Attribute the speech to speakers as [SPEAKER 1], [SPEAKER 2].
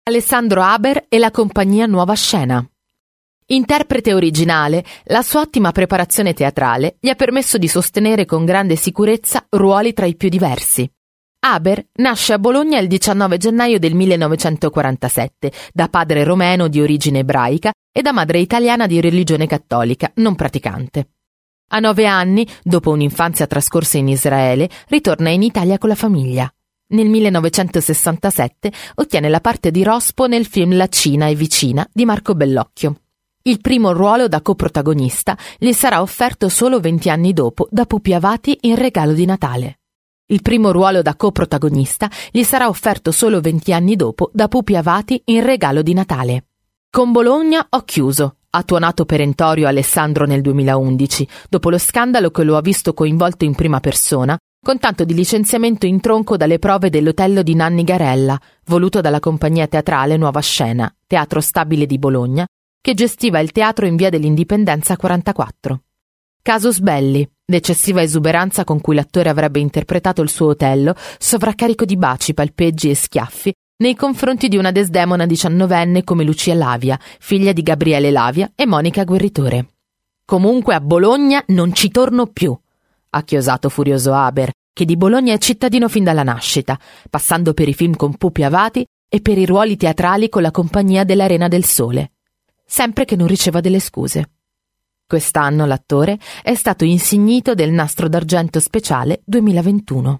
[SPEAKER 1] Alessandro Haber e la compagnia Nuova Scena. Interprete originale, la sua ottima preparazione teatrale gli ha permesso di sostenere con grande sicurezza ruoli tra i più diversi. Haber nasce a Bologna il 19 gennaio del 1947, da padre romeno di origine ebraica e da madre italiana di religione cattolica, non praticante. A 9 anni, dopo un'infanzia trascorsa in Israele, ritorna in Italia con la famiglia. Nel 1967 ottiene la parte di Rospo nel film La Cina è vicina di Marco Bellocchio. Il primo ruolo da coprotagonista gli sarà offerto solo 20 anni dopo da Pupi Avati in Regalo di Natale. Il primo ruolo da coprotagonista gli sarà offerto solo 20 anni dopo da Pupi Avati in Regalo di Natale. Con Bologna ho chiuso, ha tuonato perentorio Alessandro nel 2011, dopo lo scandalo che lo ha visto coinvolto in prima persona, con tanto di licenziamento in tronco dalle prove dell'Otello di Nanni Garella, voluto dalla compagnia teatrale Nuova Scena, Teatro Stabile di Bologna, che gestiva il teatro in via dell'Indipendenza 44. Casus belli, l'eccessiva esuberanza con cui l'attore avrebbe interpretato il suo Otello, sovraccarico di baci, palpeggi e schiaffi nei confronti di una Desdemona 19enne come Lucia Lavia, figlia di Gabriele Lavia e Monica Guerritore. Comunque a Bologna non ci torno più, ha chiosato furioso Haber, che di Bologna è cittadino fin dalla nascita, passando per i film con Pupi Avati e per i ruoli teatrali con la compagnia dell'Arena del Sole, sempre che non riceva delle scuse. Quest'anno l'attore è stato insignito del Nastro d'Argento Speciale 2021.